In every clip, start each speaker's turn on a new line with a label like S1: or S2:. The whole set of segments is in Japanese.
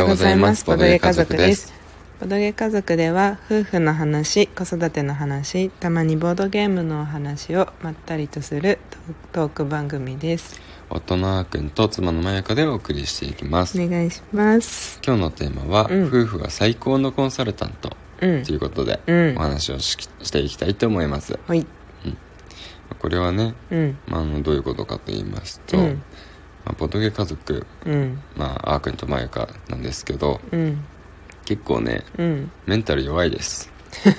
S1: ございます。ボドゲ家族です。ボドゲ家族では夫婦の話、子育ての話、たまにボードゲームのお話をまったりとするトーク番組です。
S2: 夫のあーくんと妻のまやかでお送りしていきます。
S1: お願いします。
S2: 今日のテーマは、夫婦が最高のコンサルタントということで、お話をしていきたいと思います。
S1: はい。
S2: これはね、どういうことかと言いますと、ボドゲ家族、あーくんとまやかなんですけど、結構ね、メンタル弱いです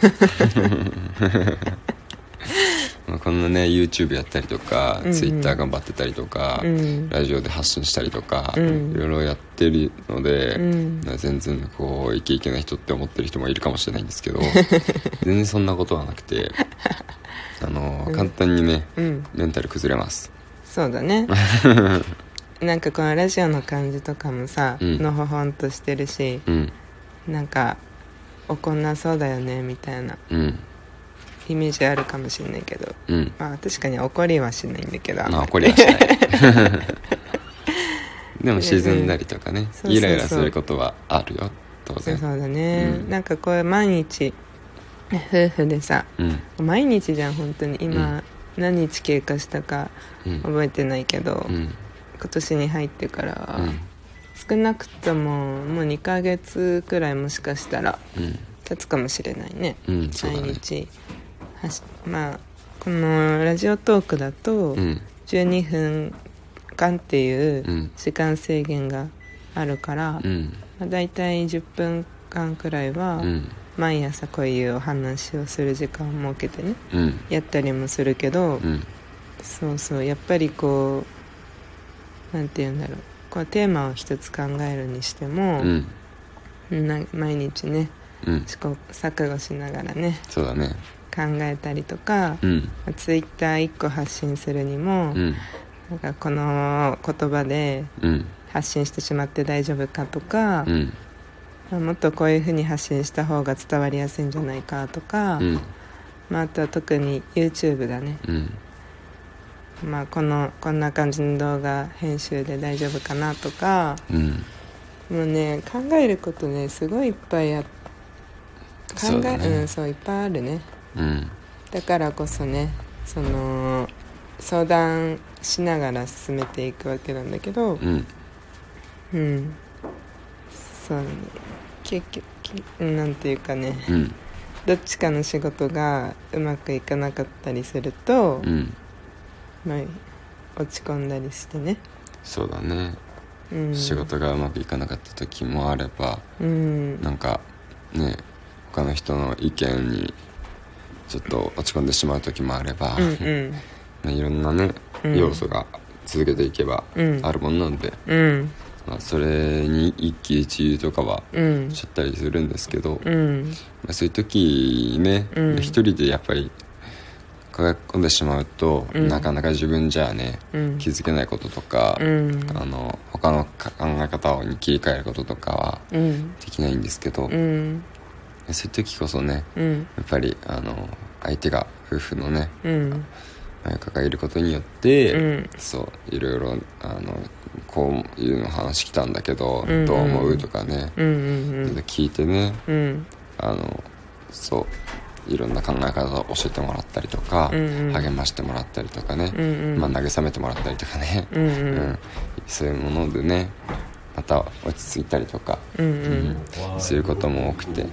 S2: こんなね YouTube やったりとか、Twitter 頑張ってたりとか、ラジオで発信したりとか、いろいろやってるので、全然こうイケイケな人って思ってる人もいるかもしれないんですけど全然そんなことはなくて簡単にね、メンタル崩れます。
S1: そうだねなんかこのラジオの感じとかもさ、のほほんとしてるし、なんか怒んなそうだよねみたいな、イメージあるかもしれないけど、確かに怒りはしないんだけど、
S2: 怒りはしないでも沈んだりとかね、イライラすることはあるよ、当然。
S1: そうだね、なんかこう毎日夫婦でさ、毎日じゃん本当に今、何日経過したか覚えてないけど、今年に入ってからは、少なくとももう2ヶ月くらいもしかしたら経つかもしれないね、毎日このラジオトークだと12分間っていう時間制限があるから、だいたい10分間くらいは毎朝こういうお話をする時間を設けてね、やったりもするけど、そうやっぱりこうなんて言うんだろう、こうテーマを一つ考えるにしても、毎日ね、試行錯誤しながらね、
S2: そうだね、
S1: 考えたりとか、ツイッター1個発信するにも、なんかこの言葉で発信してしまって大丈夫かとか、もっとこういう風に発信した方が伝わりやすいんじゃないかとか、あとは特に YouTube だね、こんな感じの動画編集で大丈夫かなとか、もうね考えることねすごいいっぱいいっぱいあるね、だからこそね、その相談しながら進めていくわけなんだけど、そうね、結局なんていうかね、どっちかの仕事がうまくいかなかったりすると、落ち込んだりしてね。
S2: そうだね、仕事がうまくいかなかった時もあれば、なんかね他の人の意見にちょっと落ち込んでしまう時もあれば、いろんなね、要素が続けていけばあるもんなんで、それに一喜一憂とかはしちゃったりするんですけど、そういう時ね、一人でやっぱり抱え込んでしまうと、なかなか自分じゃね、気づけないこととか、他の考え方に切り替えることとかはできないんですけど、そういう時こそね、やっぱり相手が夫婦のね、抱えることによって、そういろいろこういうの話来たんだけど、どう思うとかね、聞いてね、そういろんな考え方を教えてもらったりとか、励ましてもらったりとかね、慰めてもらったりとかね、そういうものでねまた落ち着いたりとか、することも多くて、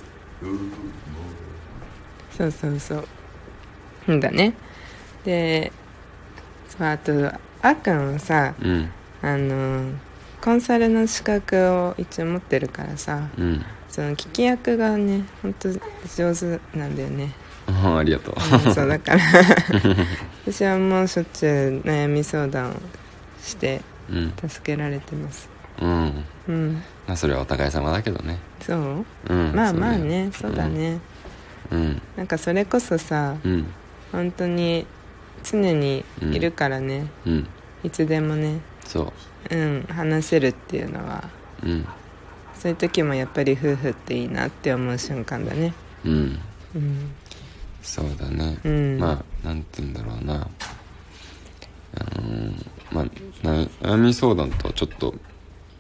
S1: そうだね。で、あとあっくんはさ、コンサルの資格を一応持ってるからさ、その聞き役がね本当上手なんだよね。
S2: ありがとう、
S1: そうだから私はもうしょっちゅう悩み相談をして助けられてます。
S2: それはお互い様だけどね。
S1: そう、まあね、そうだね、なんかそれこそさ、本当に常にいるからね、いつでもね、話せるっていうのは、そういう時もやっぱり夫婦っていいなって思う瞬間だね。
S2: そうだね、なんて言うんだろうな、悩み相談とちょっと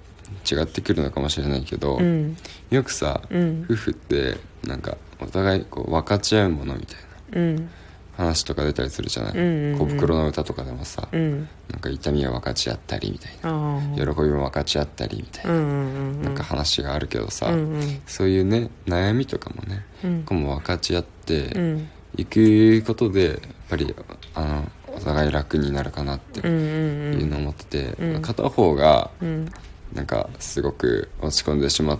S2: 違ってくるのかもしれないけど、よくさ、夫婦ってなんかお互いこう分かち合うものみたいな話とか出たりするじゃない、小袋の歌とかでもさ、なんか痛みを分かち合ったりみたいな、喜びも分かち合ったりみたいな、なんか話があるけどさ、そういうね悩みとかもね、こうも分かち合っていくことでやっぱりお互い楽になるかなっていうのを思ってて、片方がなんかすごく落ち込んでしまって、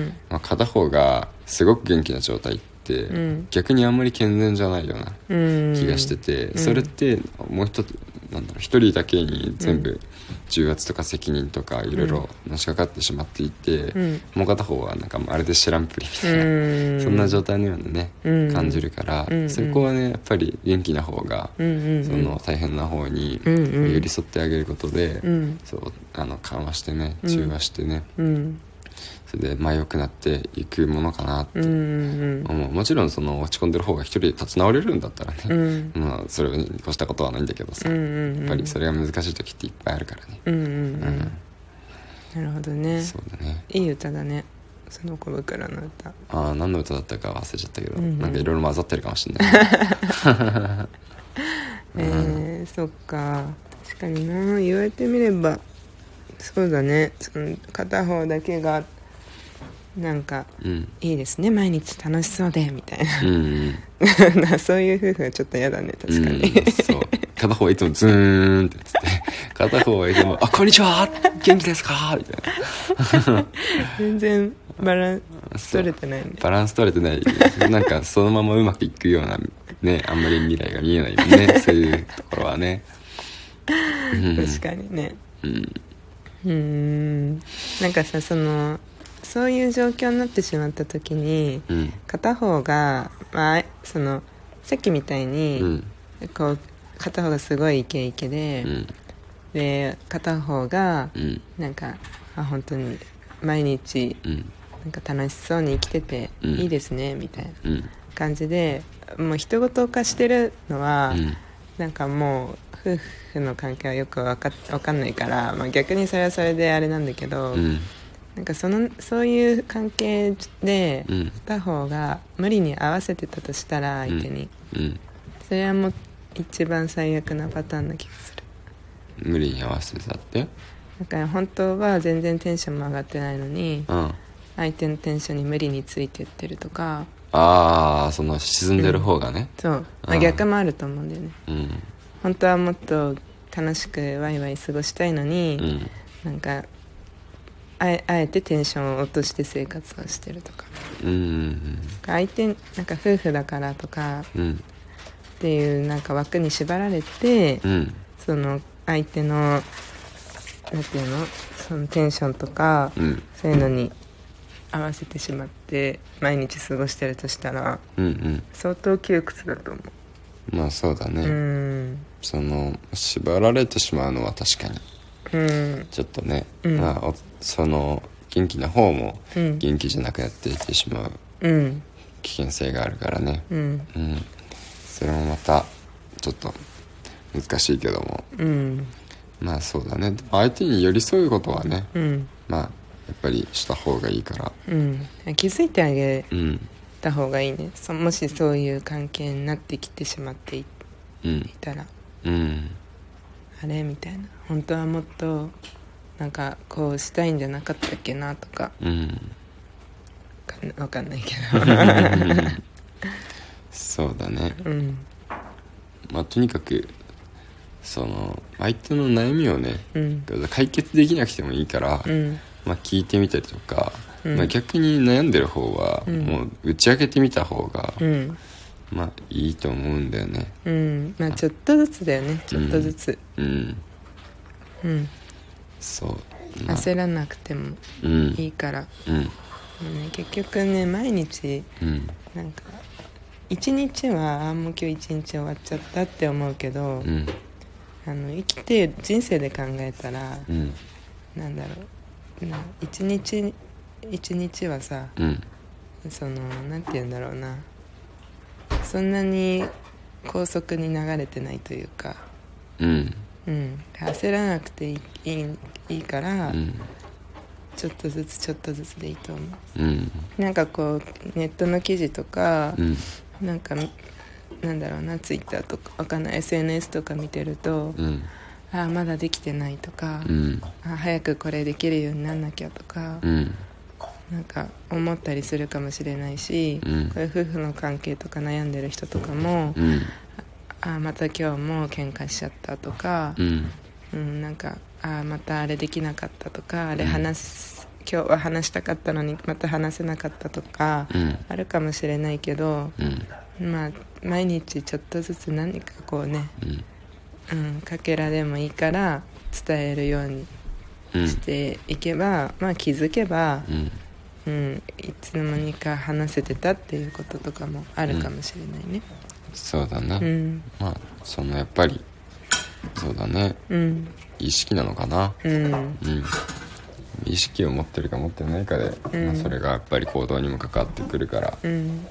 S2: 片方がすごく元気な状態って逆にあんまり健全じゃないような気がしてて、それってもう一つなんだろう、一人だけに全部重圧とか責任とかいろいろのしかかってしまっていて、もう片方はなんかあれで知らんぷりみたいな、そんな状態のようなね、感じるから、そこはねやっぱり元気な方が、その大変な方に寄り添ってあげることで、そう緩和してね、中和してね、それで良くなっていくものかなって思う。もちろんその落ち込んでる方が一人で立ち直れるんだったらね、それに越したことはないんだけどさ、やっぱりそれが難しい時っていっぱいあるからね。
S1: なるほどね。
S2: そうだね。
S1: いい歌だね、その小袋の歌。
S2: 何の歌だったか忘れちゃったけど、なんかいろいろ混ざってるかもしれない。
S1: そっか、確かにな、言われてみればそうだね。その片方だけがなんか、いいですね、毎日楽しそうでみたいな、そういう夫婦はちょっと嫌だね、確かに。
S2: そう、片方はいつもズーンってつって片方はいつもこんにちは元気ですかみたいな
S1: 全然バランス取れてないね。
S2: バランス取れてないなんかそのままうまくいくようなね、あんまり未来が見えないもんねそういうところはね。
S1: 確かにね。なんかさ、そういう状況になってしまった時に、片方が、そのさっきみたいに、こう片方がすごいイケイケで、で片方が、なんか本当に毎日、なんか楽しそうに生きてて、いいですねみたいな感じで、もう人事化してるのは、なんかもう夫婦の関係はよく分かんないから、逆にそれはそれであれなんだけど、なんかそういう関係で片方が無理に合わせてたとしたら相手に、それはもう一番最悪なパターンな気がする。
S2: 無理に合わせてたって？
S1: だから本当は全然テンションも上がってないのに、相手のテンションに無理についてってるとか。
S2: その沈んでる方がね、
S1: そう、逆もあると思うんだよね。本当はもっと楽しくワイワイ過ごしたいのに、なんかあえてテンションを落として生活をしてるとか、相手なんか夫婦だからとか、っていうなんか枠に縛られて、その相手のなんていうの、そのテンションとか、そういうのに合わせてしまって毎日過ごしてるとしたら、相当窮屈だと思う。
S2: そうだね。その縛られてしまうのは確かに、ちょっとね、その元気な方も元気じゃなくなっていってしまう危険性があるからね。それもまたちょっと難しいけども、そうだね。でも相手に寄り添うことはね、やっぱりした方がいいから、
S1: 気づいてあげた方がいいね。もしそういう関係になってきてしまっていたら、あれみたいな、本当はもっとなんかこうしたいんじゃなかったっけなとか、分かんないけど
S2: そうだね。とにかくその相手の悩みをね、解決できなくてもいいから、聞いてみたりとか、逆に悩んでる方はもう打ち明けてみた方が、いいと思うんだよね。
S1: ちょっとずつだよね、ちょっとずつ。
S2: そう、
S1: 焦らなくてもいいから、結局ね、毎日、なんか一日はもう今日一日終わっちゃったって思うけど、生きて人生で考えたら、なんだろう、一日はさ、そのなんて言うんだろうな、そんなに高速に流れてないというか、焦らなくていいから、 ちょっとずつちょっとずつでいいと思
S2: う、うん、
S1: なんかこうネットの記事とか、
S2: うん、
S1: なんかなんだろうな、ツイッターとかわかんない SNS とか見てると、
S2: うん、
S1: あまだできてないとか、
S2: うん、
S1: 早くこれできるようになんなきゃとか、
S2: うん、
S1: なんか思ったりするかもしれないし、
S2: うん、
S1: こういう夫婦の関係とか悩んでる人とかも、
S2: うん、
S1: また今日も喧嘩しちゃったとか、
S2: うん
S1: うん、なんかまたあれできなかったとか、今日は話したかったのにまた話せなかったとか、あるかもしれないけど、まあ毎日ちょっとずつ何かこうね、かけらでもいいから伝えるようにしていけば、まあ気づけば、いつの間にか話せてたっていうこととかもあるかもしれないね。
S2: そうだね、まあそのやっぱりそうだね、意識なのかな、意識を持ってるか持ってないかで、まあ、それがやっぱり行動にも関わってくるから、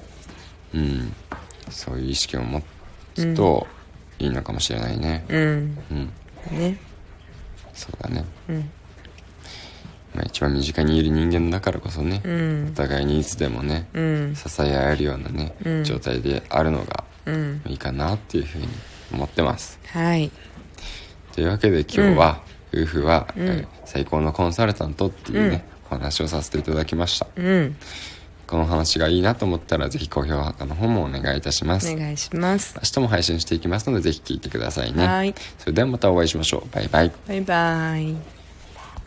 S2: そういう意識を持つといいのかもしれないね。
S1: ね、
S2: そうだね、まあ、一番身近にいる人間だからこそね、お互いにいつでもね、支え合えるようなね、状態であるのがいいかなっていうふうに思ってます。
S1: はい。
S2: というわけで今日は、夫婦は、最高のコンサルタントっていうね、お話をさせていただきました。この話がいいなと思ったらぜひ高評価の方もお願いいたします。
S1: お願いします。
S2: 明日も配信していきますのでぜひ聞いてくださいね。
S1: はい。
S2: それではまたお会いしましょう。バイバイ。
S1: バイバイ。